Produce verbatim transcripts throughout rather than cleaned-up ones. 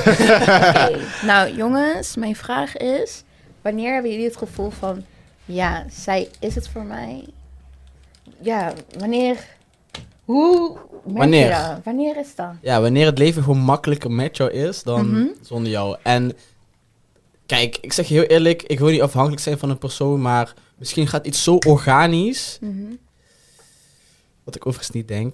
Okay. Nou, jongens, mijn vraag is... Wanneer hebben jullie het gevoel van... Ja, zij is het voor mij? Ja, wanneer... Hoe merk Wanneer? je dat? Wanneer is dat? Ja, wanneer het leven gewoon makkelijker met jou is dan Mhm. zonder jou. En kijk, ik zeg je heel eerlijk, ik wil niet afhankelijk zijn van een persoon, maar misschien gaat iets zo organisch, Mhm. wat ik overigens niet denk.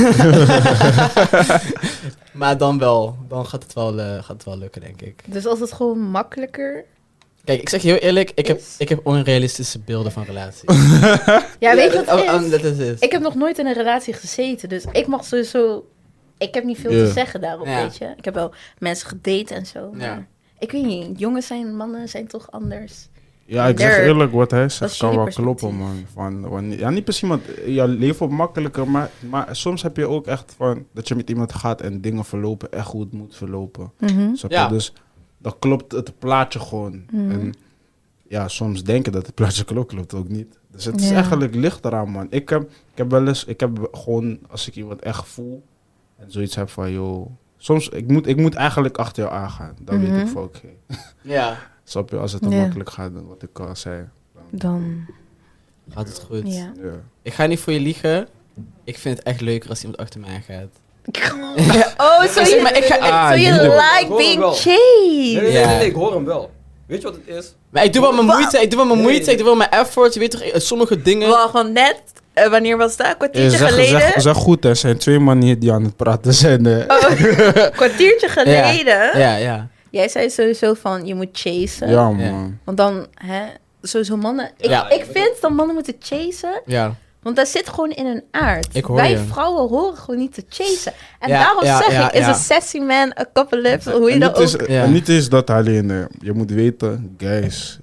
Maar dan wel, dan gaat het wel, uh, gaat het wel lukken, denk ik. Dus als het gewoon makkelijker... Kijk, ik zeg je heel eerlijk, ik heb, Is? ik heb onrealistische beelden van relaties. Ja, weet je wat oh, het oh, is? dat is het. Ik heb nog nooit in een relatie gezeten, dus ik mag sowieso... Ik heb niet veel Ja. te zeggen daarop, Ja. weet je. Ik heb wel mensen gedate en zo, maar... Ja. Ik weet niet, jongens zijn, mannen zijn toch anders. Ja, ik zeg There. eerlijk, wat hij Dat zegt is kan jullie wel kloppen, man. Van, wanneer, ja, niet precies, want je leeft op makkelijker, maar, maar soms heb je ook echt van dat je met iemand gaat en dingen verlopen echt goed moet verlopen. Mhm. Snap je? Ja. Dus dan klopt het plaatje gewoon. Mhm. En ja, soms denken dat het plaatje klopt, klopt ook niet. Dus het is Ja. eigenlijk licht eraan, man. Ik heb, ik heb wel eens, ik heb gewoon, als ik iemand echt voel en zoiets heb van, joh, soms, ik moet, ik moet eigenlijk achter jou aangaan. Dan weet Mhm. ik van, oké. Ja, Snap je? Als het te Ja. makkelijk gaat, dan wat ik al zei. Dan, gaat het goed. ja. Ja. Ik ga niet voor je liegen. Ik vind het echt leuker als iemand achter mij gaat. Oh, so Zeg you, maar, ik ga- Ah, so you jullie- like Hoor being hem wel. chased? Nee, nee, nee, Ja. nee, nee, ik hoor hem wel. Weet je wat het is? Maar ik doe wel mijn Wa- moeite, ik doe wel mijn Nee, moeite, nee. ik doe wel mijn effort. Je weet toch, eh, sommige dingen... Wel, gewoon net, eh, wanneer was dat? Een Eh, kwartiertje zeg, geleden? zeg, zeg goed, er zijn twee mannen hier die aan het praten zijn. eh. Oh, een kwartiertje geleden. Ja, ja. Jij zei sowieso van, je moet chasen. Ja, man. Want dan, hè, sowieso mannen... Ik, Ja. ik vind dat mannen moeten chasen, Ja, want dat zit gewoon in hun aard. Ik hoor Wij je. vrouwen horen gewoon niet te chasen. En Ja, daarom ja, zeg ja, ik, is ja. a sassy man, a couple lips, hoe je En dat niet, ook... is, Ja. en niet is dat alleen. eh, je moet weten, guys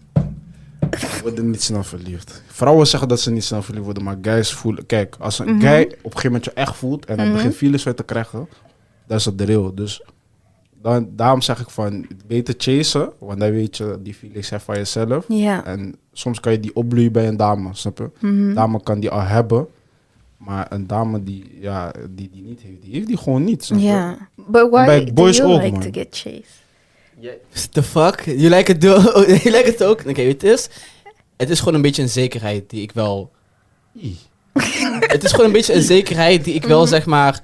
worden niet snel verliefd. Vrouwen zeggen dat ze niet snel verliefd worden, maar guys voelen... Kijk, als een Mhm. guy op een gegeven moment je echt voelt en hij Mhm. begint feelings weer te krijgen, dat is het de real. Dus dan, daarom zeg ik van, beter chasen, want dan weet je die feelings zijn van jezelf. Ja. En soms kan je die opbloeien bij een dame, snap je? Mhm. Een dame kan die al hebben, maar een dame die, ja, die die niet heeft, die heeft die gewoon niet, snap je? Ja. But why bij do boys you ook, like man. to get chased? Jij- The fuck? You like it, do- you like it ook? Oké, okay, het is... Het is gewoon een beetje een zekerheid die ik wel... Het is gewoon een beetje een zekerheid die ik wel, Mhm. zeg maar...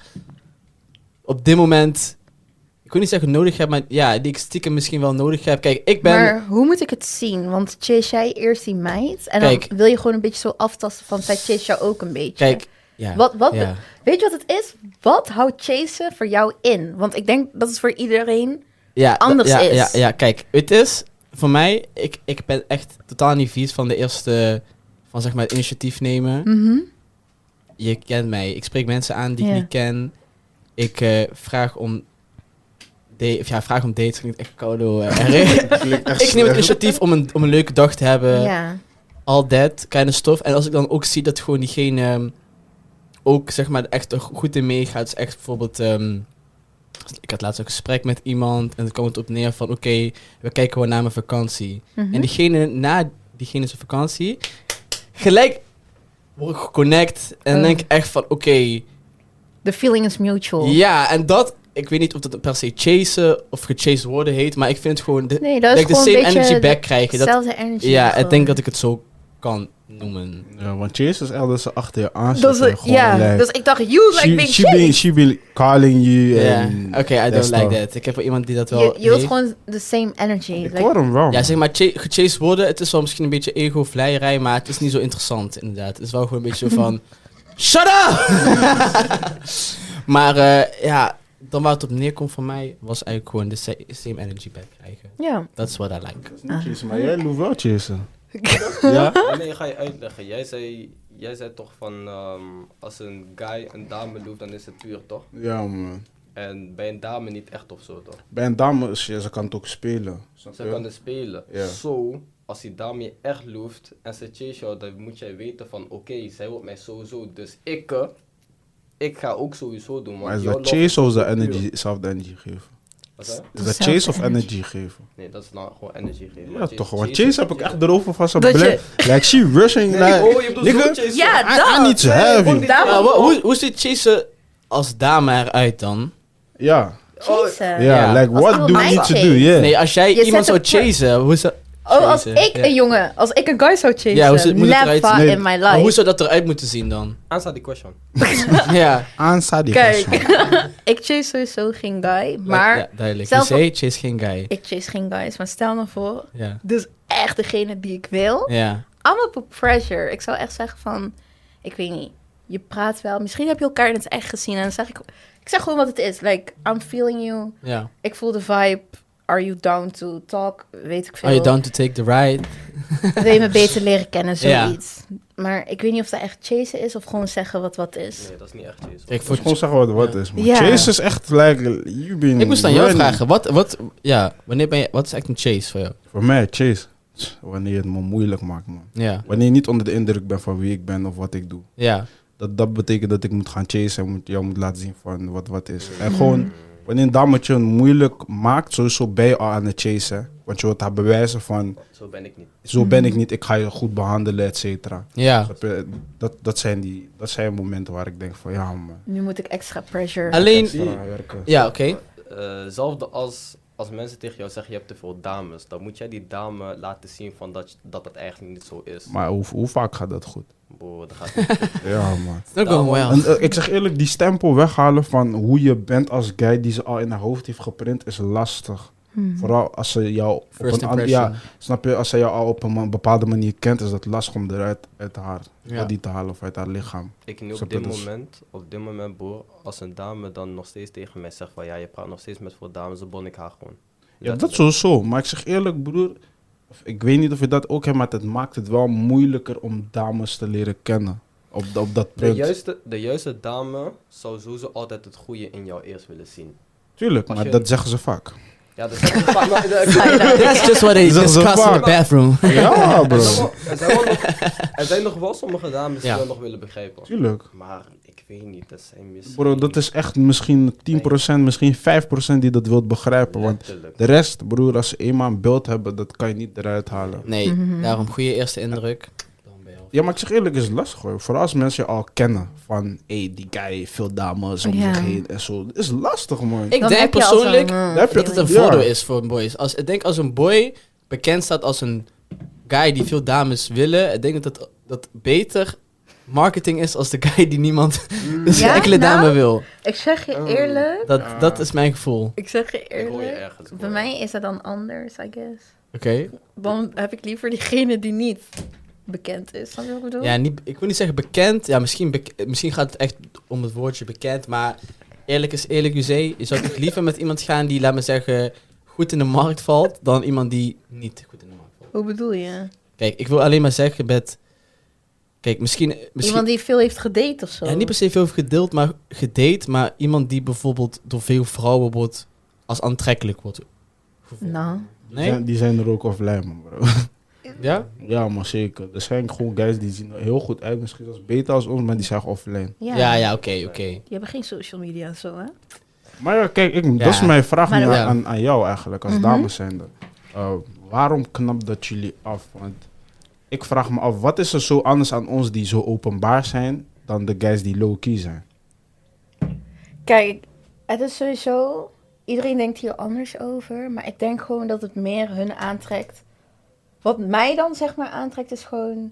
Op dit moment... Ik wil niet zeggen nodig heb, maar ja, die ik stiekem misschien wel nodig heb. Kijk, ik ben... Maar hoe moet ik het zien? Want chase jij eerst die meid en Kijk. dan wil je gewoon een beetje zo aftasten van zij chase jou ook een beetje. Kijk, ja. Wat, wat, ja. Weet je wat het is? Wat houdt chasen voor jou in? Want ik denk dat het voor iedereen... ja, anders ja, is. Ja, ja, kijk, het is voor mij, ik, ik ben echt totaal niet vies van de eerste, van zeg maar het initiatief nemen. Mhm. Je kent mij, ik spreek mensen aan die Ja. ik niet ken. Ik eh, vraag om, de, of ja, vraag om dates, klinkt echt koudo. eh, ik neem het initiatief om een, om een leuke dag te hebben, ja. all that, kind of stuff. En als ik dan ook zie dat gewoon diegene ehm, ook zeg maar echt er goed in meegaat, is echt bijvoorbeeld... ehm, ik had laatst ook een gesprek met iemand en dan kwam het op neer van oké, we kijken gewoon naar mijn vakantie. Mhm. En diegene, na diegene zijn vakantie, gelijk word ik geconnect en Oh. denk ik echt van oké, The feeling is mutual. ja, en dat, ik weet niet of dat per se chasen of gechased worden heet, maar ik vind het gewoon de, Nee, dat is like de gewoon same een beetje energy de- back krijgen. Dat, Hetzelfde energy. ja, gewoon. ik denk dat ik het zo kan noemen. Ja, want Chase is echt dat ze achter je aan Dat zitten. is, gewoon ja, like, dus ik dacht, you like she, being she, be, chased. she be calling you. Ja, en oké, I that don't like stuff. that. Ik heb wel iemand die dat wel Je, je wilt heeft. gewoon the same energy. Ik Like, hoor hem wel. Ja, zeg maar, cha- gechased worden, het is wel misschien een beetje ego-vleierij, maar het is niet zo interessant, inderdaad. Het is wel gewoon een beetje zo van... Shut up! maar uh, ja, dan waar het op neerkomt voor mij, was eigenlijk gewoon de sa- same energy back krijgen. ja. That's what I like. Dat is niet chasen, maar jij loeft wel chasen. ja? Nee, nee, ik ga je uitleggen. Jij zei, jij zei toch van, ehm, als een guy een dame doet, dan is het puur, toch? Ja, man. En bij een dame niet echt of zo, toch? Bij een dame, is je, ze kan het ook spelen. Snap Ze je? kan het spelen. Ja. Zo, als die dame je echt loeft en ze chase jou, dan moet jij weten van, oké, zij wil mij sowieso. Dus ik, eh, ik ga ook sowieso doen. Want Maar is jouw dat love chase of is dat puur. energy, zelfde energy geven? Wat zei je? Is dat Zelfde chase of energy. energy geven? Nee, dat is nou gewoon energy geven. Ja, Maar toch. chase- Want chase heb ik echt erover van zijn Dat blik. je- Like, she rushing. Nee, like, oh, je bedoelt nigga, zo chase. Ja, I, dat. I need to Nee, have gewoon you. die- Daarom- Maar wa- hoe, hoe ziet chasen als dame eruit dan? Ja. Chasen. Ja, Ja. like, Als what iemand do we mij need to do? chase. Yeah. Nee, als jij Je iemand zet zou een chasen, hoe zou... Oh, als chasen, ik ja. een jongen, als ik een guy zou chasen, Ja, hoe zou- moet het eruit never zien? Nee, in my Maar hoe life. zou dat eruit moeten zien dan? Answer the question. ja. Aansta die Kijk, gast. ik chase sowieso geen guy, maar Ja, duidelijk. zelf- Je zei, chase geen guy. ik chase geen guys. Maar stel nou voor, Ja. dus echt degene die ik wil. Ja. I'm up op pressure. Ik zou echt zeggen van, ik weet niet, je praat wel. Misschien heb je elkaar in het echt gezien. En dan zeg ik, ik zeg gewoon wat het is. Like, I'm feeling you. Ja. Ik voel de vibe. Are you down to talk? Weet ik veel. Are you down to take the ride? Wil je me beter leren kennen? Ja. Zoiets. Maar ik weet niet of dat echt chasen is of gewoon zeggen wat wat is. Nee, dat is niet echt chase. Kijk, Voor voor gewoon zeggen wat wat is, man. Ja. Chase is echt, like, you been ik moest aan jou running. vragen. Wat, wat, ja, wanneer ben je, wat is echt een chase voor jou? Voor mij, chase. Wanneer je het me moeilijk maakt, man. Ja. Wanneer je niet onder de indruk bent van wie ik ben of wat ik doe. Ja. Dat, dat betekent dat ik moet gaan chasen en moet, jou moet laten zien van wat wat is. En gewoon, wanneer een dametje het moeilijk maakt, sowieso ben je al aan het chasen. Want je wilt haar bewijzen van, Zo ben ik niet. zo ben ik niet, ik ga je goed behandelen, et cetera. Ja. Snap je? Dat, dat, zijn die, dat zijn momenten waar ik denk van, ja man. Nu moet ik extra pressure. Alleen, Extra werken. ja, oké. Eh, Hetzelfde als, als mensen tegen jou zeggen je hebt te veel dames. Dan moet jij die dame laten zien van dat, dat het eigenlijk niet zo is. Maar hoe, hoe vaak gaat dat goed? Bro, dat gaat niet. Ja man. It's not going well. En, eh, ik zeg eerlijk, die stempel weghalen van hoe je bent als guy die ze al in haar hoofd heeft geprint, is lastig. Hmm. Vooral als ze jou op First een an- impression. ja, snap je, als ze jou al op een ma- bepaalde manier kent, is dat lastig om eruit uit haar Ja. body te halen of uit haar lichaam. Ik nu Snap op je, dit dus- moment, op dit moment bro, als een dame dan nog steeds tegen mij zegt van ja, je praat nog steeds met veel dames, dan bon ik haar gewoon. Ja, dat sowieso. Maar ik zeg eerlijk, broer, of ik weet niet of je dat ook hebt, maar het maakt het wel moeilijker om dames te leren kennen. Op, op dat De punt. juiste, de juiste dame zou sowieso altijd het goede in jou eerst willen zien. Tuurlijk, Als maar je- dat zeggen ze vaak. Ja, dat is vaak, maar- That's just what they Dat is discuss in vaak. the bathroom. Ja, Er bro. zijn wel- er zijn wel nog- er zijn nog wel sommige dames die Ja. dat nog willen begrijpen. Tuurlijk. Maar ik weet niet, dat zijn misschien... Bro, dat is echt misschien tien procent, misschien vijf procent die dat wilt begrijpen. Want Letterlijk. de rest, broer, als ze eenmaal een beeld hebben, dat kan je niet eruit halen. Nee, Mhm. daarom goede eerste indruk. Dan ben je al- Ja, maar ik zeg eerlijk, is het lastig hoor. Vooral als mensen je al kennen. Van, hé, hey, die guy heeft veel dames om Ja. zich heen en zo. Het is lastig, man. Ik Dan denk heb je al persoonlijk zo'n, eh, Daar heb je- dat het een Ja. voordeel is voor boys. Als, ik denk als een boy bekend staat als een guy die veel dames willen, ik denk dat dat, dat beter marketing is als de guy die niemand, dus Ja, geen enkele nou? dame wil. Ik zeg je Oh. eerlijk. Dat, Ja. dat is mijn gevoel. Ik zeg je Ik hoor je eerlijk. ergens. Bij mij is dat dan anders, I guess. Oké. Dan heb ik liever diegene die niet bekend is. Snap je wat ik bedoel? Ja, niet, ik wil niet zeggen bekend. Ja, misschien, bek- misschien gaat het echt om het woordje bekend. Maar eerlijk is eerlijk, José. Je zou toch liever met iemand gaan die, laat me zeggen, goed in de markt valt, dan iemand die niet goed in de markt valt. Hoe bedoel je? Kijk, ik wil alleen maar zeggen met... Kijk, misschien... misschien Iemand die veel heeft gedate of zo? ja, niet per se veel heeft gedeeld, maar gedate. Maar iemand die bijvoorbeeld door veel vrouwen wordt als aantrekkelijk wordt gevonden. Nou. Die, Nee? zijn, die zijn er ook offline, man, bro. Ja? Ja, maar zeker. Er zijn gewoon guys die zien er heel goed uit. Misschien zelfs beter als ons, maar die zijn gewoon offline. Ja, Ja, ja, oké, oké. Die hebben geen social media en zo, hè? Maar ja, kijk, ik, Ja. dat is mijn vraag Maar nu dan- aan, aan, aan jou eigenlijk, als Mhm. dames zijnde. Uh, waarom knapt dat jullie af? Want ik vraag me af, wat is er zo anders aan ons die zo openbaar zijn dan de guys die low-key zijn? Kijk, het is sowieso... Iedereen denkt hier anders over. Maar ik denk gewoon dat het meer hun aantrekt. Wat mij dan zeg maar aantrekt is gewoon...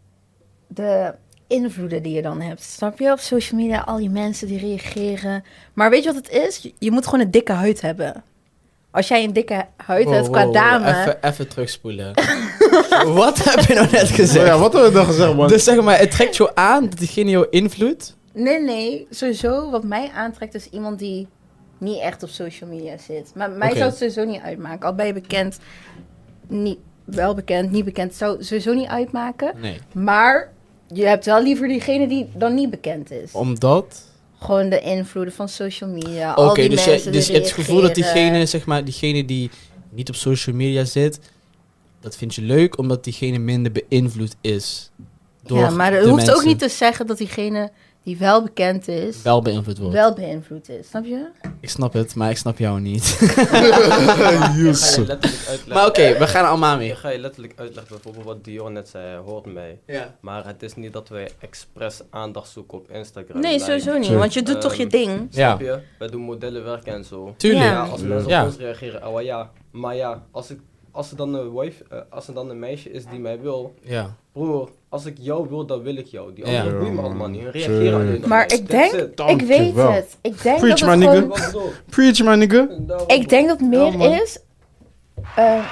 De invloeden die je dan hebt. Snap je? Op social media, al die mensen die reageren. Maar weet je wat het is? Je, je moet gewoon een dikke huid hebben. Als jij een dikke huid Wow, hebt qua wow, dame... Even, even terugspoelen. Wat heb je nou net gezegd? Ja, wat hebben we dan gezegd, man? Dus zeg maar, het trekt jou aan dat diegene jou invloedt? Nee, nee. Sowieso, wat mij aantrekt is iemand die niet echt op social media zit. Maar mij Oké. zou het sowieso niet uitmaken. Al ben je bekend, niet, wel bekend, niet bekend. zou het sowieso niet uitmaken. Nee. Maar je hebt wel liever diegene die dan niet bekend is. Omdat? Gewoon de invloeden van social media. Oké, al die dus, mensen je, dus je die hebt het gevoel dat reageren. diegene, zeg maar, diegene die niet op social media zit, dat vind je leuk omdat diegene minder beïnvloed is door Ja, maar dat de hoeft ook mensen. niet te zeggen dat diegene die wel bekend is, Wel beïnvloed wordt. wel beïnvloed is. Snap je? Ik snap het, maar ik snap jou niet. Ik ga je letterlijk uitleggen. Maar oké, we gaan allemaal mee. Ik ga je letterlijk uitleggen, bijvoorbeeld wat Dior net zei, hoort mij. Ja. Maar het is niet dat wij expres aandacht zoeken op Instagram. Nee, Like, sowieso niet. Sure. Want je doet toch je Ehm, ding? Ja. Snap je? Wij doen modellenwerk en zo. Tuurlijk. Ja. Ja, als mensen Ja. op ons reageren, oh ja. Maar ja, als, ik, als, er dan een wife, eh, als er dan een meisje is die mij wil, Ja. broer, als ik jou wil, dan wil ik jou. Die Ja. anderen boeien me Ja, allemaal man. niet. Hun reageren Sure. alleen op Maar mij. ik That's denk, it. Dank ik je weet wel. het. Ik denk Preach, dat my het nigga. gewoon, Wat bedoel? Preach, my nigga. Daarom- ik denk dat meer Ja, man. is... eh,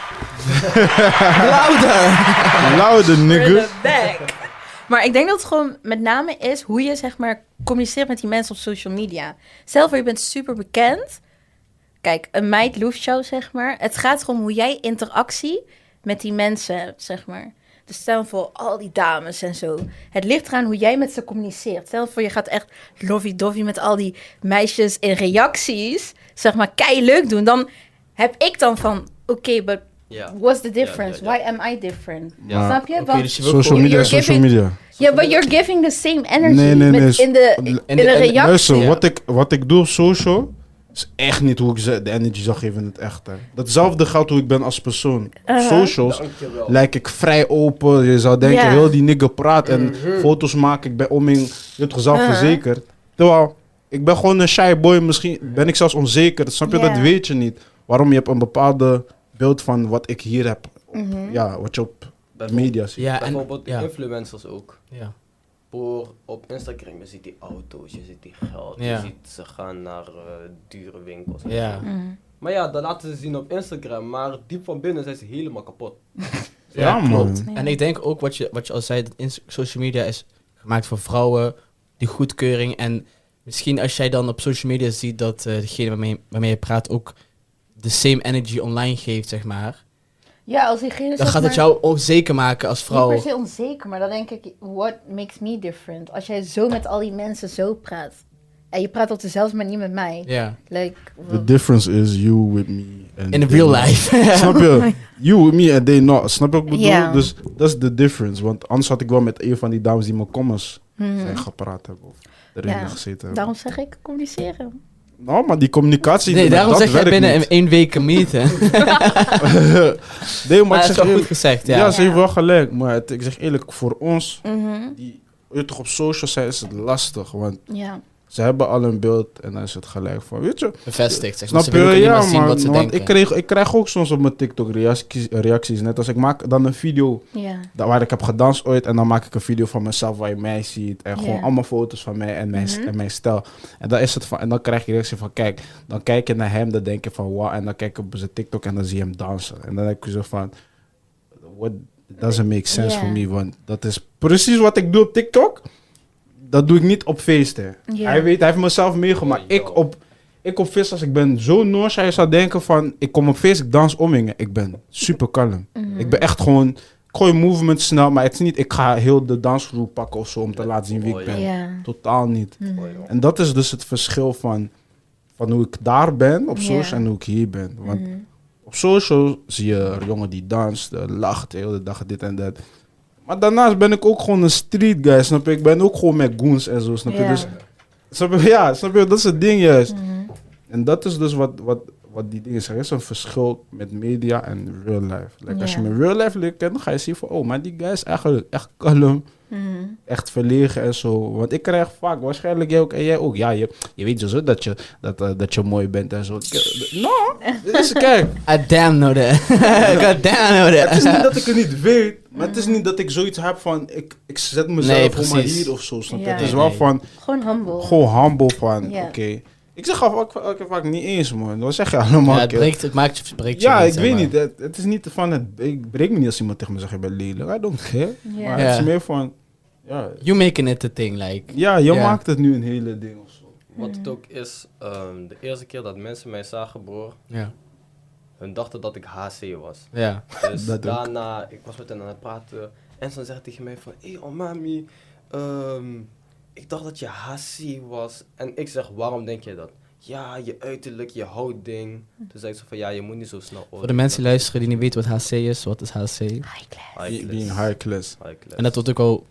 Louder! Louder, nigga. Maar ik denk dat het gewoon met name is hoe je zeg maar communiceert met die mensen op social media. Stel voor je bent super bekend. Kijk, een meid loeft jou zeg maar. Het gaat gewoon hoe jij interactie met die mensen hebt zeg maar. Dus stel voor al die dames en zo. Het ligt eraan hoe jij met ze communiceert. Stel voor je gaat echt lovey-dovey met al die meisjes in reacties. Zeg maar kei leuk doen. Dan heb ik dan van oké, okay, but Ja. what's the difference? Ja, ja, Why am I different? Ja. Snap je? Oké, Want dus je wil Social gewoon- media is You're social giving- media. ja, but you're giving the same energy Nee, nee, nee, met, is- in de, in in de- de en- reactie. Luister, Ja. wat ik, wat ik doe op social is echt niet hoe ik ze de energy zou geven in het echt. Hè. Datzelfde geldt hoe ik ben als persoon. Op Uh-huh. socials Dankjewel. lijk ik vrij open. Je zou denken, Ja. heel die nigger praat en Mhm. foto's maken. Ik ben om in je toch Uh-huh. zelfverzekerd. Terwijl, ik ben gewoon een shy boy. Misschien ben ik zelfs onzeker. Snap je? Ja. Dat weet je niet. Waarom? Je hebt een bepaalde beeld van wat ik hier heb. Mhm. Ja, wat je op Bijvoorbeeld- media ziet. Ja, en... Bijvoorbeeld Ja. influencers ook. Ja. Voor op Instagram, je ziet die auto's, je ziet die geld, Ja. je ziet ze gaan naar eh, dure winkels. en Ja. zo. Mhm. Maar ja, dat laten ze zien op Instagram, maar diep van binnen zijn ze helemaal kapot. Ja, man. klopt. Ja. En ik denk ook wat je, wat je al zei, dat ins- social media is gemaakt voor vrouwen, die goedkeuring. En misschien als jij dan op social media ziet dat eh degene waarmee, waarmee je praat ook de same energy online geeft, zeg maar. Ja, als diegene Dan zeg gaat het maar, jou onzeker maken als niet vrouw. per se onzeker, maar dan denk ik, what makes me different? Als jij zo met al die mensen zo praat. En je praat op dezelfde manier met mij. Ja. Like, The difference is you with me. And In the they real not. life. Snap je? You with me and they not. Snap je wat ik bedoel? Ja. Dus dat is de difference. Want anders had ik wel met een van die dames die mijn comments mhm. zijn gepraat hebben. Of erin Ja, gezeten hebben. Daarom zeg ik communiceren. Nou, maar die communicatie... Nee, met daarom dat zeg jij werkt binnen niet. één week een meeten. Nee, maar Maar ik dat is zeg wel goed eerlijk... gezegd, Ja, ja. ze heeft wel gelijk. Maar het- ik zeg eerlijk, voor ons, Mhm. die je toch op social zijn, is het lastig. Want Ja. ze hebben al een beeld en dan is het gelijk van, weet je... Bevestigd, zeg Snap maar. Ze je? willen ook Ja, iemand zien man. wat ze Want denken. ik, kreeg, ik krijg ook soms op mijn TikTok reacties, reacties. Net als ik maak dan een video Ja. da- waar ik heb gedanst ooit. En dan maak ik een video van mezelf waar je mij ziet. En gewoon Ja. allemaal foto's van mij en mijn, Mhm. en mijn stijl. En dan, is het van, en dan krijg je reactie van, kijk, dan kijk je naar hem, dan denk je van, wow. En dan kijk je op zijn TikTok en dan zie je hem dansen. En dan denk je zo van, what doesn't make sense Ja. for me. Want dat is precies wat ik doe op TikTok. Dat doe ik niet op feesten. Ja. Hij weet, hij heeft mezelf meegemaakt. Oh, yo. ik op... Ik op feest, als ik ben zo nors, hij zou denken van, ik kom op feest, ik dans omhingen. Ik ben super kalm. Mhm. Ik ben echt gewoon, ik gooi movement snel, maar het is niet, ik ga heel de dansgroep pakken of zo om te laten zien wie ik ben. Ja. Totaal niet. Mhm. Oh, joh. En dat is dus het verschil van, van hoe ik daar ben op Ja. social en hoe ik hier ben. Want Mhm. op social zie je een jongen die danst, eh, lacht de hele dag, dit en dat. Maar daarnaast ben ik ook gewoon een street guy, snap je? Ik ben ook gewoon met goons en zo, snap je? Ja. Dus, snap je? Ja, snap je? Dat is het ding juist. Mhm. En dat is dus wat, wat, wat die dingen zeggen. Er is een verschil met media en real life. Like, Als je Ja. me real life leert kennen, dan ga je zien van... Oh, maar die guy is eigenlijk echt kalm. Mhm. Echt verlegen en zo. Want ik krijg vaak, waarschijnlijk jij ook en jij ook... Ja, je, je weet dus ook dat je, dat, eh, dat je mooi bent en zo. No, dus kijk. I damn know that. God damn know Het is that. niet dat ik het niet weet. Maar het is niet dat ik zoiets heb van... Ik, ik zet mezelf Nee, gewoon maar precies. hier of zo. Snap je? Ja. Het is Nee, wel nee. van... Gewoon humble. Gewoon humble van... Ja. Oké. Ik zeg al vaak, vaak, vaak niet eens, man. Wat zeg je allemaal? Ja, het, kill? breekt, het maakt je, het breekt je Ja, niet, ik zeg weet maar. niet. Het, het is niet van het. Ik breek me niet als iemand tegen me zegt: je bent lelijk. I don't care. Ja. Maar Ja. het is meer van. Ja, You making it a thing, like. ja je Ja. maakt het nu een hele ding of zo. Wat het ook is, ehm, de eerste keer dat mensen mij zagen, broer, Ja. hun dachten dat ik H C was. Ja. Dus Dat ook. daarna, ik was met hen aan het praten en ze zegt tegen mij van, hé hey, oh mami, ehm, ik dacht dat je H C was. En ik zeg, waarom denk je dat? Ja, je uiterlijk, je houding. Toen zei ik zo van, ja, je moet niet zo snel Voor de mensen die luisteren die niet weten wat H C is, wat is H C? High class. High Be- Being class. high class. High class. En dat wordt ook al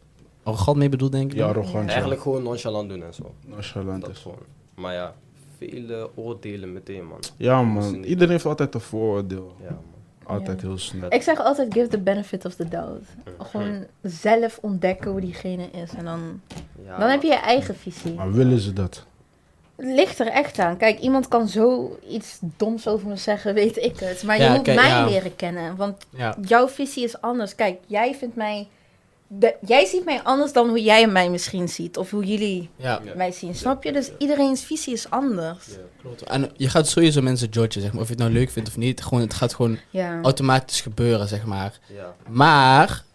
arrogant mee bedoelt, denk ik. Ja, arrogant. Eigenlijk gewoon nonchalant doen en zo. Nonchalant Dat is. gewoon. Maar ja, vele oordelen meteen, man. Ja, Dat is man. niet- Iedereen heeft altijd een vooroordeel. Ja, man. Altijd Ja. heel snel. Ik zeg altijd, give the benefit of the doubt. Gewoon zelf ontdekken hoe diegene is. En dan, Ja, dan heb je je eigen visie. Maar willen ze dat? Het ligt er echt aan. Kijk, iemand kan zo iets doms over me zeggen, weet ik het. Maar je Ja, moet kijk, mij ja. leren kennen. Want Ja. jouw visie is anders. Kijk, jij vindt mij... De, jij ziet mij anders dan hoe jij mij misschien ziet. Of hoe jullie Ja. Ja. mij zien. Snap je? Dus iedereen's visie is anders. Ja. Klopt. En je gaat sowieso mensen judgen, zeg maar. Of je het nou leuk vindt of niet. Gewoon, het gaat gewoon Ja. automatisch gebeuren, zeg maar. Ja. Maar,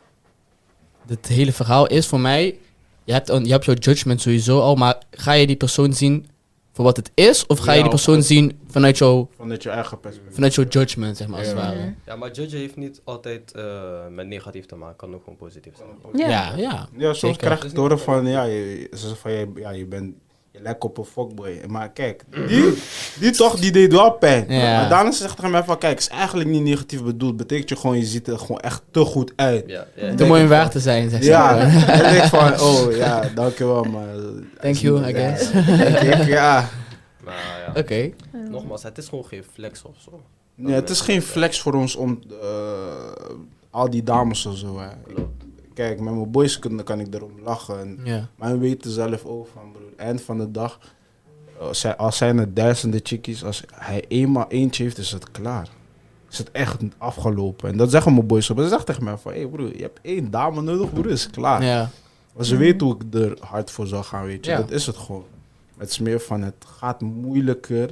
het hele verhaal is voor mij... Je hebt, een- je hebt jouw judgment sowieso al, maar ga je die persoon zien voor wat het is? Of ga je Ja, die persoon of- zien vanuit jouw, Vanuit je eigen perspectief. vanuit jouw judgment, zeg maar, als het Ja. ware? Mhm. Ja, maar judgen heeft niet altijd eh, met negatief te maken. Kan ook gewoon positief zijn. Ja. Ja, ja. Ja, soms Zeker. krijg je te horen van, ja, je, ze zeggen van, je, ja, je bent, je lijkt op een fuckboy. Maar kijk, die, die toch, die deed wel pijn. Ja. Maar daarna zegt tegen mij van, kijk, is eigenlijk niet negatief bedoeld. Betekent je gewoon, je ziet er gewoon echt te goed uit. Ja, ja. Te mooi om waar te zijn, zeg Ja, maar. en ik denk van, oh ja, dankjewel, maar... Thank you, I Ja, guess. denk ik, ja. Maar ja, Oké. nogmaals, het is gewoon geen flex of zo. Nee, het is geen flex voor ons om eh, al die dames of zo. Hè. Klopt. Kijk, met mijn boys kunnen, kan ik erom lachen. En, Ja. maar we weten zelf ook van, broer, eind van de dag, als, zij, als zijn er duizenden chickies, als hij eenmaal eentje heeft, is het klaar. Is het echt afgelopen. En dat zeggen mijn boys op. En ze zeggen tegen mij van, hé hey broer, je hebt één dame nodig, broer, is het klaar. Ja. Maar ze weten hoe ik er hard voor zou gaan, weet je. Ja. Dat is het gewoon. Het is meer van, het gaat moeilijker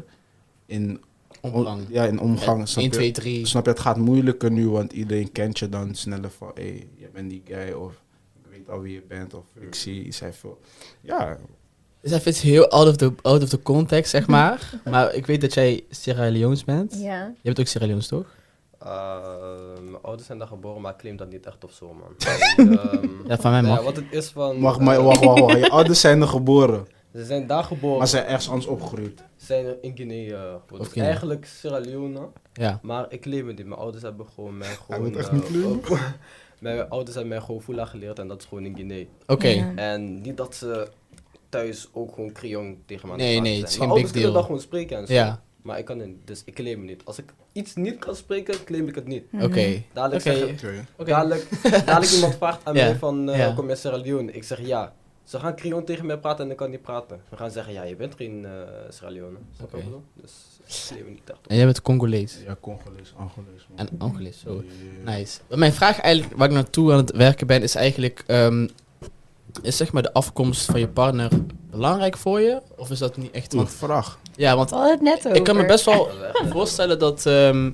in Omgang. Ja, in omgang. snap één, je? twee, drie. Snap je, het gaat moeilijker nu, want iedereen kent je dan sneller van, hé, hey, je bent die guy, of ik weet al wie je bent, of ik zie iets veel. Ja, Dus even iets heel out of the, out of the context, zeg maar. Maar ik weet dat jij Sierra Leone's bent. Ja. Je bent ook Sierra Leone's, toch? Uh, mijn ouders zijn daar geboren, maar ik claim dat niet echt of zo, man. En, ehm, Ja, van mij nou mag. ja, wat het is van... mag eh, maar, wacht, wacht, wacht. Je ouders zijn er geboren, Ze zijn daar geboren, maar zijn ergens anders opgegroeid. zijn er in Guinea uh, geboren. Of Dus Guinea. eigenlijk Sierra Leone, Ja. maar ik claim het niet. Mijn ouders hebben gewoon mij gewoon... wil het echt eh, niet claimen. op- mijn ouders hebben mij gewoon Fula geleerd en dat is gewoon in Guinea. Oké. Ja. En niet dat ze thuis ook gewoon Creon tegen me aan Nee, praten nee, het is zijn. geen Mijn big ouders kunnen deal. dan gewoon spreken en zo. Ja. Maar ik kan het niet, dus ik claim het niet. Als ik iets niet kan spreken, claim ik het niet. Oké. Dadelijk, Oké. zeggen, Oké. dadelijk, dadelijk iemand vraagt aan Ja. mij van, uh, Ja. kom je uit Sierra Leone? Ik zeg ja. Ze gaan Creon tegen mij praten en ik kan niet praten. We gaan zeggen, ja, je bent geen uh, Sierra Leone. Snap je wat ik Oké. bedoel? Dus ik claim het niet echt op. En jij bent Congolees. Ja, Congolees, Angolees, man. En Angolees, zo. Ja. Nice. Maar mijn vraag eigenlijk, waar ik naartoe aan het werken ben, is eigenlijk... ehm, is zeg maar de afkomst van je partner belangrijk voor je? Of is dat niet echt... Goed Want, vraag. ja, want We hadden het net over. ik kan me best wel Dat is echt- voorstellen dat... ehm,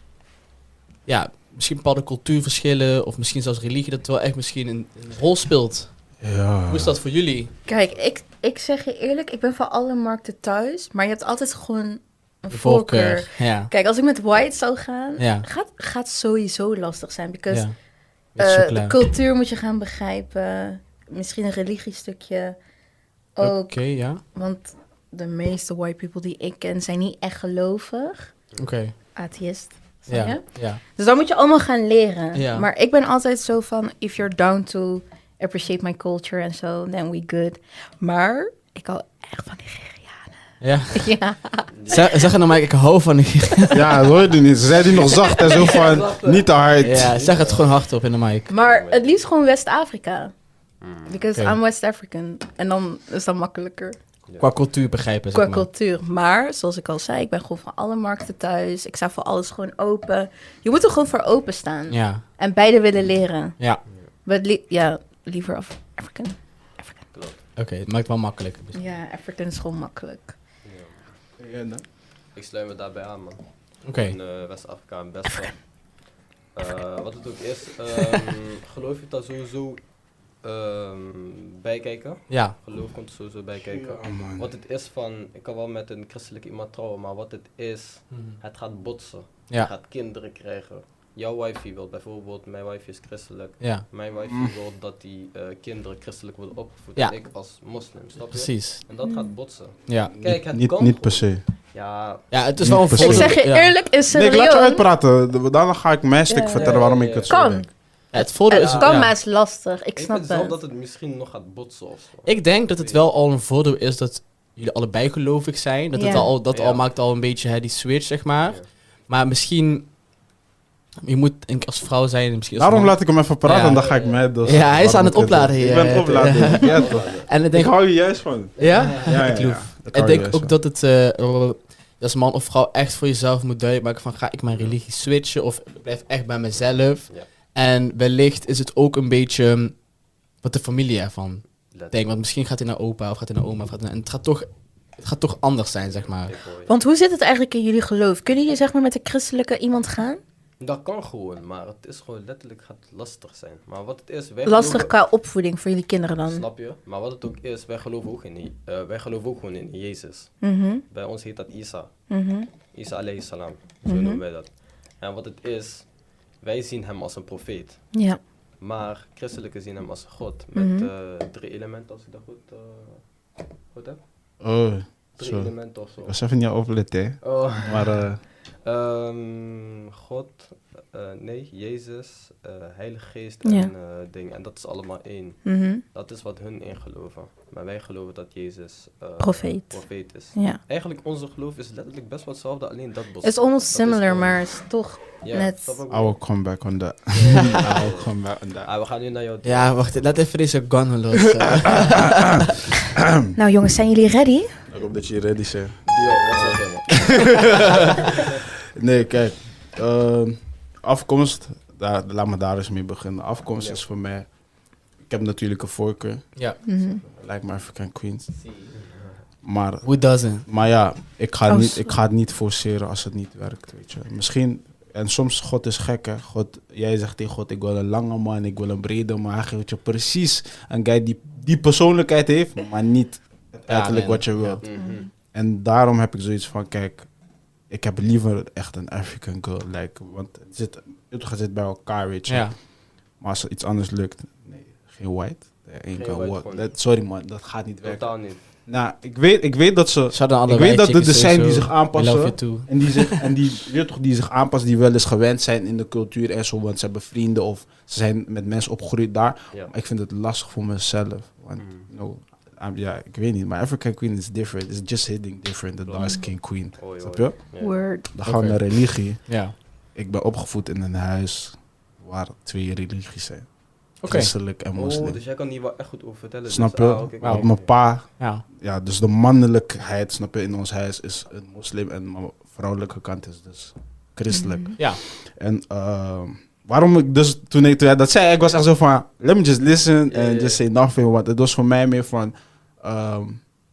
ja, misschien bepaalde cultuurverschillen of misschien zelfs religie, dat wel echt misschien een, een rol speelt. Ja. Hoe is dat voor jullie? Kijk, ik, ik zeg je eerlijk, ik ben van alle markten thuis. Maar je hebt altijd gewoon een De voorkeur. voorkeur. Ja. Kijk, als ik met white zou gaan, Ja. gaat, gaat sowieso lastig zijn. Because ja. eh, Met de chocola. cultuur moet je gaan begrijpen. Misschien een religiestukje ook. Oké, ja. Want de meeste white people die ik ken zijn niet echt gelovig. Oké. Atheïst. Snap je? Ja. Ja. Dus dan moet je allemaal gaan leren. Ja. Maar ik ben altijd zo van, if you're down to appreciate my culture en zo, then we good. Maar ik hou echt van Nigerianen. Ja. Ja. Zeg, zeg het nou maar, ik hou van Nigeria. Ja, dat hoor je niet. Ze zei die nog zacht en zo van, niet te hard. Ja, zeg het gewoon hardop in de mic. Maar het liefst gewoon West-Afrika. Because Oké. I'm West African. En dan is dat makkelijker. Qua cultuur begrijpen, Qua zeg maar. cultuur. Maar, zoals ik al zei, ik ben gewoon van alle markten thuis. Ik sta voor alles gewoon open. Je moet er gewoon voor openstaan. Ja. En beide willen leren. Ja. But li- ja, liever af African. African. Oké, het maakt het wel makkelijker. misschien. Ja, African is gewoon makkelijk. Ja. Ja, dan? Ik sluit me daarbij aan, man. Oké. In uh, West-Afrika en best wel. Uh, wat het ook is, um, geloof je dat sowieso um, bijkijken? Ja. Geloof komt er sowieso bij kijken. Ja, man. Wat het is van, ik kan wel met een christelijke iemand trouwen, maar wat het is, het gaat botsen. Je Ja. gaat kinderen krijgen. Jouw wifey wil bijvoorbeeld, mijn wifey is christelijk. Ja. Mijn wifey Mm. wil dat die uh, kinderen christelijk worden opgevoed. Ja. En ik als moslim, snap je? Precies. En dat gaat botsen. Ja. Kijk, het niet, kan niet per gewoon. se. Ja, Ja, het is Niet wel een per se. Ik voordeel. zeg je ja. eerlijk, in Nee, Sierra ik laat je Leone uitpraten. Daarna ga ik mijn stuk Ja. vertellen waarom ik het zo kan. denk. Ja, het voordeel Het is... kan, ja. maar het is lastig. Ik Ik snap vind zelf het. dat het misschien nog gaat botsen of zo. Ik denk dat het wel al een voordeel is dat jullie allebei gelovig zijn. Dat, het Ja. al, dat Ja. al maakt al een beetje hè, die switch, zeg maar. Ja. Maar misschien... Je moet denk ik als vrouw zijn... Misschien als Daarom man- laat ik hem even praten Ja. en dan ga ik mij dus. Ja, hij is aan het opladen Ik hier. ben het opladen. Ja, toch. En ik Ik denk... hou je juist van. Ja? Ja, ja, Ik ja. loef. Ik Ik hou je denk juist ook van. dat het... eh, als man of vrouw echt voor jezelf moet duidelijk maken van... Ga ik mijn religie switchen of ik blijf echt bij mezelf? Ja. En wellicht is het ook een beetje... um, wat de familie ervan Letterlijk. denkt. Want misschien gaat hij naar opa of gaat hij naar oma. Of gaat hij naar, en het gaat, toch, het gaat toch anders zijn, zeg maar. Ik hoor je. Want hoe zit het eigenlijk in jullie geloof? Kunnen jullie zeg maar met de christelijke iemand gaan? Dat kan gewoon, maar het is gewoon letterlijk gaat lastig zijn. Maar wat het is, wij Lastig geloven- qua opvoeding voor jullie kinderen dan. Snap je? Maar wat het ook is, wij geloven ook in, uh, wij geloven ook gewoon in Jezus. Mhm, Bij ons heet dat Isa. mhm. Isa alayhi salam. Zo Mhm. noemen wij dat. En wat het is, wij zien hem als een profeet. Ja. Maar christelijke zien hem als God. Met Mhm. eh, drie elementen, als ik dat goed, uh, goed heb. Oh, Drie zo. elementen of zo. Ik was even niet opletten, hè. Oh. Maar eh, Ehm, God, eh, nee, Jezus, eh, Heilige Geest Ja. en eh ding. En dat is allemaal één. Mhm. Dat is wat hun in geloven. Maar wij geloven dat Jezus eh, Profeet. profeet is. Ja. Eigenlijk onze geloof is letterlijk best wel hetzelfde, alleen dat bos. Het is almost dat similar, gewoon- maar het is toch Ja, net... snap ik I wel. will come back on that. I will come back on that. Ah, we gaan nu naar jou. Ja, wacht. Laat even deze gun los. eh. Nou jongens, zijn jullie ready? Ik hoop dat je ready bent. Dio, wat zeg je, man? Nee, kijk. ehm, afkomst, daar, laat me daar eens mee beginnen. Afkomst Ja. is voor mij... Ik heb natuurlijk een voorkeur. ja. Mhm. Lijkt me African Queens. Maar, Who doesn't? maar ja, ik ga, Oh, niet, zo. ik ga het niet forceren als het niet werkt, weet je. Misschien... En soms, God is gek, hè. God, jij zegt tegen God, ik wil een lange man, ik wil een brede man. Hij geeft je precies een guy die die persoonlijkheid heeft, maar niet het Ja, uiterlijk man. wat je wilt. Mhm. En daarom heb ik zoiets van, kijk, ik heb liever echt een African girl. Like, want het zit, het zit bij elkaar, weet je. Ja. Maar als er iets anders lukt, nee, geen white. Nee, één Geen kan white, what- gewoon dat- niet. sorry man, dat gaat niet werken. Totaal niet. Nou, ik weet, ik weet dat ze... Ze hadden alle Ik weet dat er wijtjes er zijn die sowieso. zich We love aanpassen. you too. En die, zich, en die, je weet toch, die zich aanpassen, die wel eens gewend zijn in de cultuur en zo. Want ze hebben vrienden of ze zijn met mensen opgegroeid daar. Ja. Maar ik vind het lastig voor mezelf. Want, Mhm. no, I'm- ja, ik weet niet. Maar African Queen is different. It's just hitting different. The dark skin queen. Hoi, Snap hoi. je? Ja. Word. Dan gaan we Oké. naar religie. Ja. Ik ben opgevoed in een huis waar twee religies zijn. Oké. Christelijk en moslim. Oh, dus jij kan hier wel echt goed over vertellen. Snap dus, je? ah, oké, oké, Wauw. Want mijn pa, Ja. ja, dus de mannelijkheid, snap je, in ons huis is een moslim. En mijn vrouwelijke kant is dus christelijk. Mhm. Ja. En ehm, waarom ik dus, toen, ik, toen hij dat zei, ik was echt zo van, let me just listen Ja, and ja, just ja. say nothing. Want het was voor mij meer van, ehm,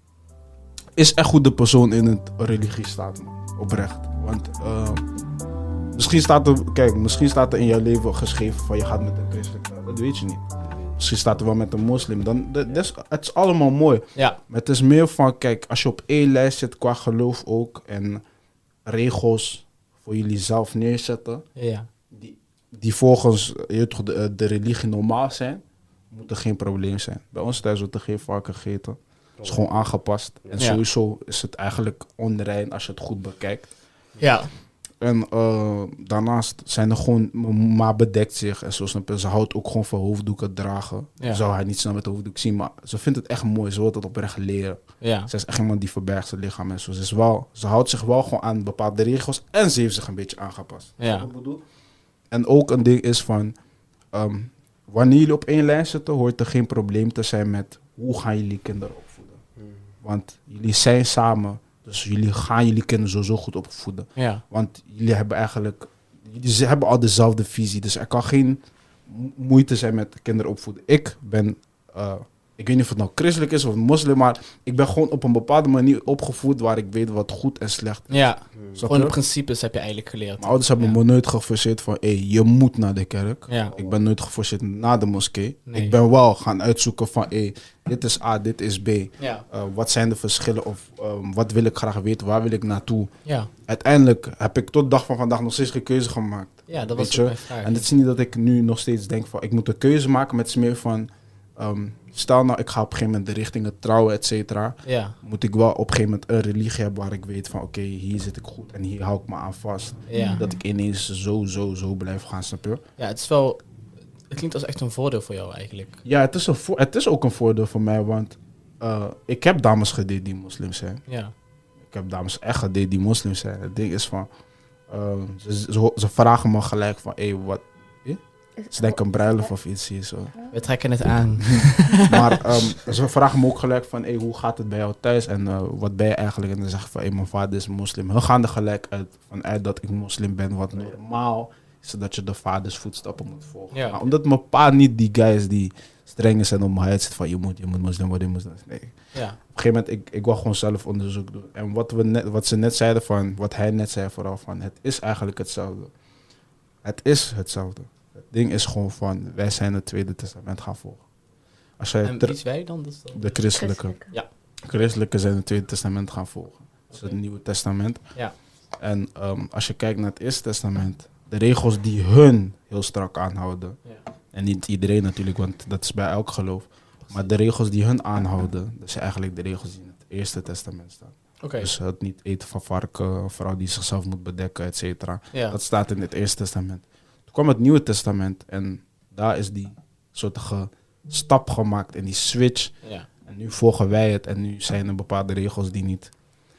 is echt goed de persoon in het religie staat, man. Oprecht. Want ehm, misschien staat er, kijk, misschien staat er in jouw leven geschreven van je gaat met een christelijk, dat weet je niet. Misschien staat er wel met een moslim. Dan, dat, dat is, het is allemaal mooi. Ja. Maar het is meer van, kijk, als je op één lijst zit qua geloof ook en regels voor jullie zelf neerzetten, Ja. die, die volgens je weet toch, de, de religie normaal zijn, moet er geen probleem zijn. Bij ons thuis wordt er geen varken gegeten. Het is gewoon aangepast. En Ja. sowieso is het eigenlijk onrein als je het goed bekijkt. Ja. En eh, daarnaast zijn er gewoon, m- ma bedekt zich en zo, snap je? Ze houdt ook gewoon van hoofddoeken dragen. Ja. Je zou haar niet snel met hoofddoek zien, maar ze vindt het echt mooi. Ze wil het oprecht leren. Ja. Ze is echt iemand die verbergt zijn lichaam en zo. Ze, is wel, ze houdt zich wel gewoon aan bepaalde regels en ze heeft zich een beetje aangepast. Ja. Wat ik bedoel? En ook een ding is van, ehm, wanneer jullie op één lijn zitten, hoort er geen probleem te zijn met hoe gaan jullie kinderen opvoeden. Mhm. Want jullie zijn samen, dus jullie gaan jullie kinderen sowieso goed opvoeden. Ja. Want jullie hebben eigenlijk, jullie ze hebben al dezelfde visie. Dus er kan geen mo- moeite zijn met kinderen opvoeden. Ik ben, eh, ik weet niet of het nou christelijk is of moslim, maar ik ben gewoon op een bepaalde manier opgevoed waar ik weet wat goed en slecht is. Ja. Mhm. Snap Gewoon de je? principes heb je eigenlijk geleerd. Mijn ouders hebben Ja. me nooit geforceerd van, hé, je moet naar de kerk. Ja. Ik ben nooit geforceerd naar de moskee. Nee. Ik ben wel gaan uitzoeken van, hé, dit is A, dit is B. Ja. Uh, wat zijn de verschillen of um, wat wil ik graag weten, waar wil ik naartoe? Ja. Uiteindelijk heb ik tot de dag van vandaag nog steeds geen keuze gemaakt. Ja, dat Weet was je? ook mijn vraag. En het is niet dat ik nu nog steeds denk van, ik moet een keuze maken met meer van, um, stel nou, ik ga op een gegeven moment de richting het trouwen, et cetera. Ja. Moet ik wel op een gegeven moment een religie hebben waar ik weet van, oké, hier zit ik goed en hier hou ik me aan vast. Ja. Dat ik ineens zo, zo, zo blijf gaan, snap je? Ja, het is wel... Het klinkt als echt een voordeel voor jou eigenlijk. Ja, het is, een vo- het is ook een voordeel voor mij, want uh, ik heb dames gedate die moslims zijn. Ja. Ik heb dames echt gedate die moslims zijn. Het ding is van, uh, ze, ze, ze vragen me gelijk van, hé, hey, wat? Eh? Ze denken een bruiloft of iets hier zo. We trekken het aan. Maar um, ze vragen me ook gelijk van, hey, hoe gaat het bij jou thuis en uh, wat ben je eigenlijk? En dan zeg ik van, hey, mijn vader is moslim. Hun gaan er gelijk uit vanuit dat ik moslim ben, wat normaal is dat je de vaders voetstappen moet volgen. Ja. Maar omdat mijn pa niet die guy is die streng is en op mijn huid zit van, je moet, je moet moslim worden, je moet moslim. Nee. Ja. Op een gegeven moment, ik, ik wil gewoon zelf onderzoek doen. En wat, we net, wat ze net zeiden van, wat hij net zei vooral van, het is eigenlijk hetzelfde. Het is hetzelfde. Het ding is gewoon van, wij zijn het Tweede Testament gaan volgen. Als jij En ter- wie is wij dan? Dat is dan? de christelijke. Christelijke. Ja. Christelijke zijn het Tweede Testament gaan volgen. Dat is het Nieuwe Testament. Ja. En um, als je kijkt naar het Eerste Testament, de regels die hun heel strak aanhouden, Ja. en niet iedereen natuurlijk, want dat is bij elk geloof, maar de regels die hun aanhouden, dat zijn eigenlijk de regels die in het Eerste Testament staan. Oké. Dus het niet eten van varken, een vrouw die zichzelf moet bedekken, et cetera. Ja. Dat staat in het Eerste Testament. Toen kwam het Nieuwe Testament en daar is die soortige stap gemaakt en die switch. Ja. En nu volgen wij het en nu zijn er bepaalde regels die niet,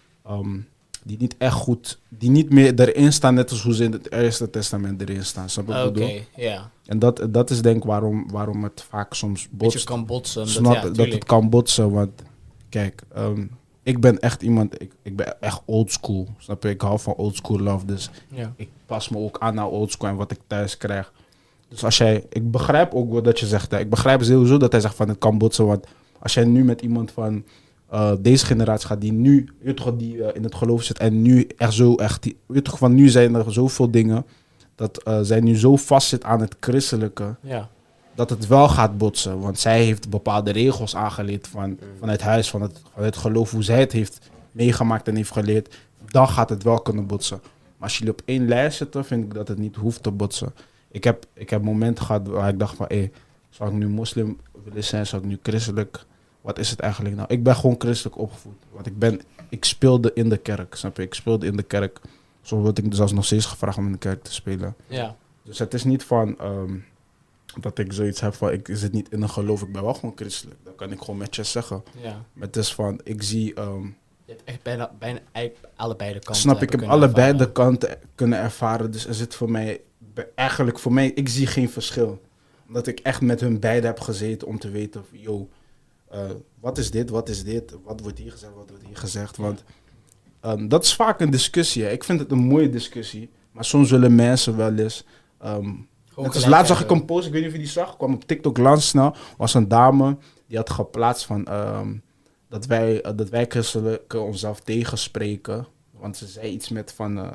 um, die niet echt goed, die niet meer erin staan, net als hoe ze in het Eerste Testament erin staan. Snap je wat ik Oké, bedoel? ja. En dat, dat is denk ik waarom, waarom het vaak soms Beetje botst. kan botsen. Snap dat, ja, dat tuurlijk. het kan botsen, want kijk, um, ik ben echt iemand, ik, ik ben echt old school. Snap je? Ik hou van old school love, dus Ja. ik pas me ook aan naar old school en wat ik thuis krijg. Dus als jij, ik begrijp ook wat je zegt. Hè. Ik begrijp sowieso dat hij zegt van het kan botsen, want als jij nu met iemand van uh, deze generatie gaat die nu, weet je toch, die uh, in het geloof zit en nu echt zo echt, die, weet je toch, van nu zijn er zoveel dingen dat uh, zij nu zo vast zit aan het christelijke, Ja. dat het wel gaat botsen. Want zij heeft bepaalde regels aangeleerd van, vanuit huis, van het, van het geloof, hoe zij het heeft meegemaakt en heeft geleerd. Dan gaat het wel kunnen botsen. Maar als jullie op één lijst zitten, vind ik dat het niet hoeft te botsen. Ik heb, ik heb momenten gehad waar ik dacht van, hé, hey, zou ik nu moslim willen zijn? Zou ik nu christelijk? Wat is het eigenlijk nou? Ik ben gewoon christelijk opgevoed. Want ik ben, ik speelde in de kerk, snap je? Ik speelde in de kerk. Zo word ik dus zelfs nog steeds gevraagd om in de kerk te spelen. Ja. Dus het is niet van um, dat ik zoiets heb van, ik zit niet in een geloof, ik ben wel gewoon christelijk. Dat kan ik gewoon met je zeggen. Ja. Maar het is van, ik zie, um, Je hebt echt bijna, bijna eigenlijk allebei de kanten. snap ik, ik hebben heb kunnen allebei de ervaren. kanten kunnen ervaren. Dus er zit voor mij, eigenlijk voor mij, ik zie geen verschil. Omdat ik echt met hun beiden heb gezeten om te weten, yo, uh, wat is dit, wat is dit, wat wordt hier gezegd, wat wordt hier gezegd. Want um, dat is vaak een discussie. Hè. Ik vind het een mooie discussie. Maar soms willen mensen wel eens... Um, net als laatst zag ik een post, ik weet niet of je die zag, kwam op TikTok langs snel, was een dame die had geplaatst van um, dat wij, uh, dat wij christelijken onszelf tegenspreken. Want ze zei iets met van, uh,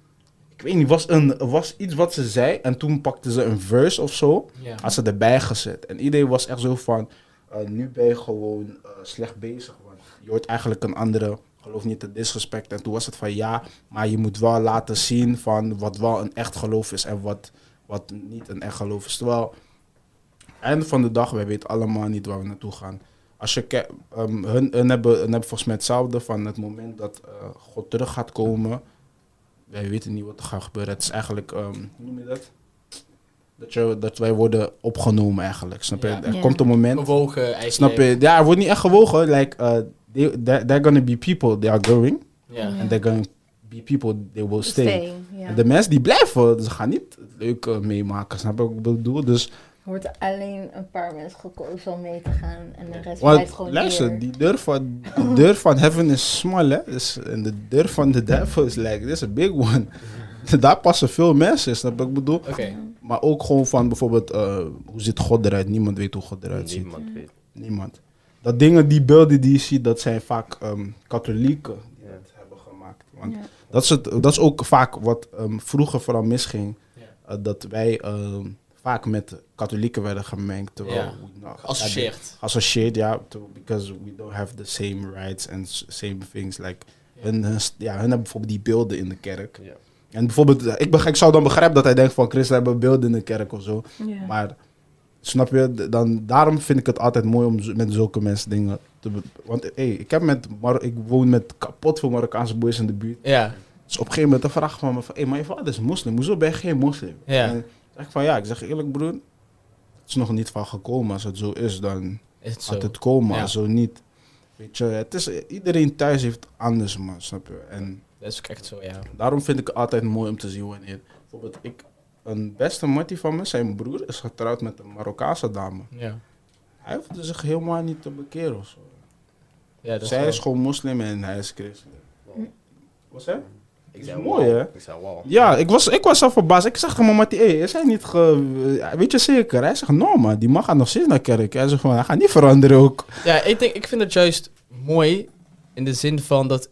ik weet niet, was, een, was iets wat ze zei en toen pakte ze een verse of zo, Ja. had ze erbij gezet. En iedereen was echt zo van, uh, nu ben je gewoon uh, slecht bezig, want je hoort eigenlijk een andere, geloof niet te disrespect. En toen was het van ja, maar je moet wel laten zien van wat wel een echt geloof is en wat, wat niet een echt geloof is. Terwijl, einde van de dag, wij weten allemaal niet waar we naartoe gaan. Als je kijkt, um, hun, hun, hebben, hun hebben volgens mij hetzelfde van het moment dat uh, God terug gaat komen. Wij weten niet wat er gaat gebeuren. Het is eigenlijk, um, hoe noem je dat? Dat, je, dat wij worden opgenomen eigenlijk, snap je? Ja. Er Ja. komt een moment, Gewogen eigenlijk. snap je? Ja, er wordt niet echt gewogen. Like, uh, they, there, there gonna be people, they are going. Ja. Ja. And there gonna be people, they will stay. Stay, ja. En de mensen die blijven, ze gaan niet het leuke meemaken, snap je wat ik bedoel? Dus, Er wordt alleen een paar mensen gekozen om mee te gaan en de rest want blijft gewoon luister, hier. die deur van, de deur van heaven is small, hè? Dus, en de deur van de devil is like, this is a big one. Daar passen veel mensen in, snap je wat ik bedoel? Oké. Maar ook gewoon van bijvoorbeeld, uh, hoe ziet God eruit? Niemand weet hoe God eruit ziet. Niemand weet. Niemand. Dat dingen, die beelden die je ziet, dat zijn vaak um, katholieken die Ja. het hebben gemaakt. Want Ja. dat, is het, dat is ook vaak wat um, vroeger vooral misging. Ja. Uh, dat wij um, vaak met katholieken werden gemengd. Terwijl Ja. we, nou, Geassocieerd. Geassocieerd, ja. To, because we don't have the same rights and s- same things. Like, Ja. hun, hun, st- ja, hun hebben bijvoorbeeld die beelden in de kerk. Ja. En bijvoorbeeld, uh, ik, beg- ik zou dan begrijpen dat hij denkt van, Christen hebben beelden in de kerk of zo. Ja. Maar snap je, d- dan, daarom vind ik het altijd mooi om z- met zulke mensen dingen te... be- Want hey, ik, heb met Mar- ik woon met kapot veel Marokkaanse boys in de buurt. Ja. Dus op een gegeven moment dan vraag ik van me van... Hé, hey, maar je vader is moslim, hoezo ben je geen moslim? Ja. En dan zeg ik van ja, ik zeg eerlijk broer... is nog niet van gekomen. Als het zo is, dan Is het zo? gaat het komen. Ja. Zo niet. Weet je, het is, iedereen thuis heeft anders, man. Snap je? En Dat is ook echt zo, ja. daarom vind ik het altijd mooi om te zien wanneer... Bijvoorbeeld, ik, een beste mattie van me, zijn broer, is getrouwd met een Marokkaanse dame. Ja, Hij hoefde zich helemaal niet te bekeren of zo. ja dat is Zij wel- is gewoon moslim en hij is christen. Wat zei? Ik is zei mooi, wow. hè? Ik zei wow. Ja, ik was, ik was al verbaasd. Ik zeg tegen mijn mattie, hey, is hij niet ge... Weet je zeker? Hij zegt, no man, die man gaat nog steeds naar kerk. Hij zegt van, hij gaat niet veranderen ook. Ja, ik, denk, ik vind het juist mooi in de zin van dat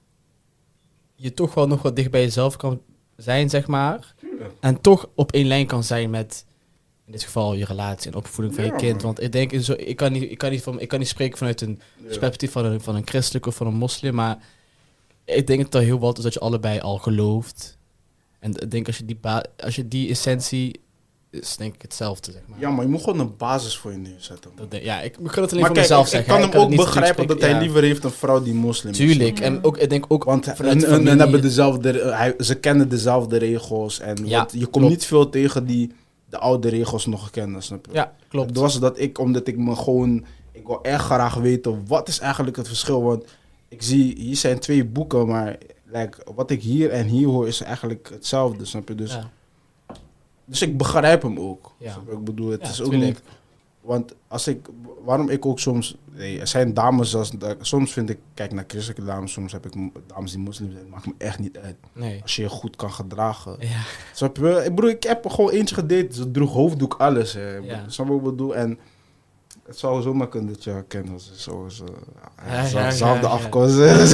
je toch wel nog wat dicht bij jezelf kan zijn, zeg maar. En toch op één lijn kan zijn met, in dit geval, je relatie en opvoeding van Ja, je kind. man. Want ik denk, in zo, ik, kan niet, ik, kan niet van, ik kan niet spreken vanuit een perspectief van een, van een christelijk of van een moslim, maar ik denk dat er heel wat is dat je allebei al gelooft. En ik denk als je die, ba- als je die essentie, is denk ik hetzelfde, zeg maar. Ja, maar je moet gewoon een basis voor je neerzetten. man. Dat denk- ja, ik kan het alleen Maar voor kijk, mezelf ik, ik zeggen. kan hè. hem het ook niet begrijpen spreken- dat hij ja. liever heeft een vrouw die moslim is. Tuurlijk, en ook, ik denk ook Want vanuit hun, de hun, hun familie- hebben dezelfde, eh, hij, ze kennen dezelfde regels. En Ja, wat- je komt klopt. niet veel tegen die de oude regels nog kennen, snap je? Ja, klopt. Het was dat ik, omdat ik me gewoon... Ik wil echt graag weten, wat is eigenlijk het verschil? Want ik zie, hier zijn twee boeken, maar like, wat ik hier en hier hoor is eigenlijk hetzelfde, snap je? Dus, Ja. dus ik begrijp hem ook. Ja. Snap je? Ik bedoel, het Ja, is ook tuurlijk. niet... Want als ik... Waarom ik ook soms... Nee, er zijn dames als... Soms vind ik... Kijk naar christelijke dames, soms heb ik m- dames die moslim zijn. Maakt me echt niet uit. Nee. Als je je goed kan gedragen. Ja. Snap je? Ik bedoel, ik heb er gewoon eentje gedate. Ze droeg hoofddoek, alles. Hè. Ja. Snap je wat ik bedoel? En het zou zomaar kunnen dat je haar kent. Als ze zo, zo, Ja, zo- ja, zelfde ja, ja. afkomst.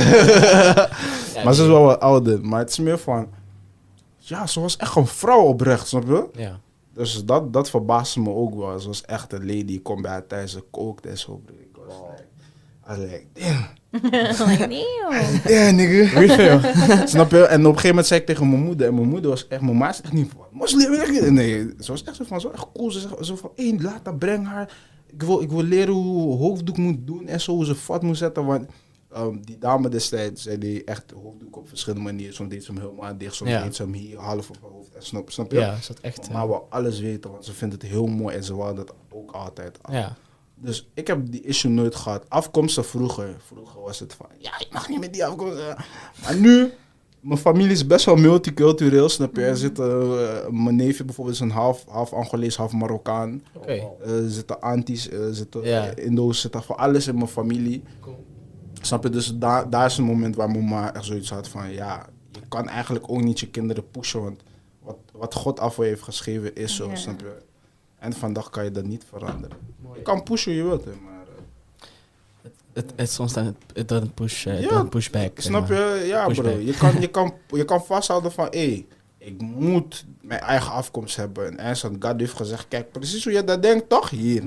Ja, maar ze is nee. wel wat ouder. Maar het is meer van... Ja, ze was echt een vrouw oprecht, snap je? Ja. Dus dat, dat verbaasde me ook wel. Ze was echt een lady. Ik kom bij haar thuis, ze kookt en zo. Bro. Ik was like... I was like, damn. Like, nee, Ja, nigga. Refill. Snap je? En op een gegeven moment zei ik tegen mijn moeder. En mijn moeder was echt... Mijn ma is echt niet van... Moslim. Nee, ze was echt zo van... Zo echt cool. Ze zei zo van... Hé, laat dat, breng haar. Ik wil, ik wil leren hoe hoofddoek moet doen. En zo, hoe ze vat moet zetten. Want um, die dame destijds... Zij deed echt hoofddoek op verschillende manieren. Soms deed ze hem helemaal dicht. Soms Ja. deed ze hem hier half op haar hoofd. En snap, snap je? Ja, is dat echt... Maar eh, wil alles weten. Want ze vindt het heel mooi. En ze wou dat ook altijd. ja. Dus ik heb die issue nooit gehad. Afkomsten vroeger. Vroeger was het van, ja, ik mag niet met die afkomst. Maar nu, mijn familie is best wel multicultureel, snap je? Er zitten, uh, mijn neefje bijvoorbeeld is een half, half Angolees, half Marokkaan. Oké. Uh, er zitten Antis, er zitten Ja. Indo's, zitten voor alles in mijn familie. Cool. Snap je? Dus daar, daar is een moment waar mijn ma echt zoiets had van, ja, je kan eigenlijk ook niet je kinderen pushen, want wat, wat God af heeft geschreven is zo, Ja. snap je? En vandaag kan je dat niet veranderen. Je kan pushen hoe je wilt, hè, maar... uh, Het, het soms dan het, het dan push, uh, Ja, dan pushback. zeg Snap maar. je? Ja, Pushback. bro. Je kan, je, kan, je kan vasthouden van, hé, hey, ik moet mijn eigen afkomst hebben. En Ernst God heeft gezegd, kijk, precies hoe je dat denkt, toch? Hier.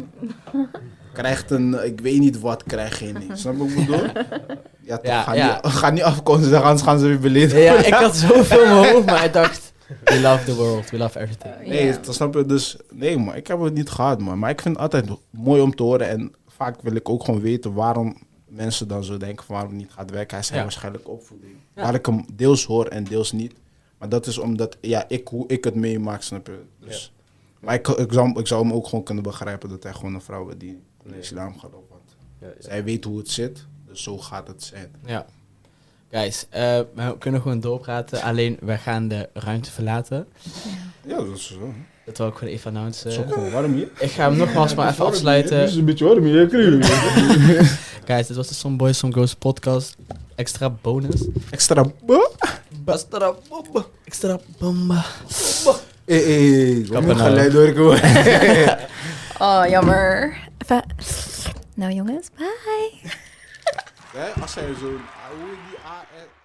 Krijgt een, ik weet niet wat, krijg je niet. Snap je wat ik bedoel? Ja, toch, Ja, ga, ja. Niet, ga niet afkomst, dan gaan, gaan ze weer beledigen. Ja, ik had zoveel in mijn hoofd, maar ik dacht... We love the world, we love everything. Nee, Ja. dat snap je. Dus, nee, man, ik heb het niet gehad, man. Maar ik vind het altijd mooi om te horen. En vaak wil ik ook gewoon weten waarom mensen dan zo denken van waarom het niet gaat werken. Hij zei Ja. waarschijnlijk opvoeding. Ja. Waar ik hem deels hoor en deels niet. Maar dat is omdat, ja, ik, hoe ik het meemaak, snap je. Dus, Maar ik, ik, zou, ik zou hem ook gewoon kunnen begrijpen dat hij gewoon een vrouw is die in de Nee. islam gaat op. Want Ja, ja. zij weet hoe het zit, dus zo gaat het zijn. Ja. Guys, eh, we kunnen gewoon doorpraten. Alleen, wij gaan de ruimte verlaten. Ja, dat is zo. Dat wil ik gewoon even Het is announcen. ook gewoon warm hier. Ik ga hem nogmaals maar even Het is afsluiten. een beetje warm hier, kriegen. Guys, dit was de Some Boys, Some Girls podcast. Extra bonus. Extra. Extra bomba. Extra bomba. Hé, hé, we Kappen moeten nou. geleid doorkomen. Oh, jammer. Even... Nou jongens, bye. Hè, als zij zo'n... Hoe die A...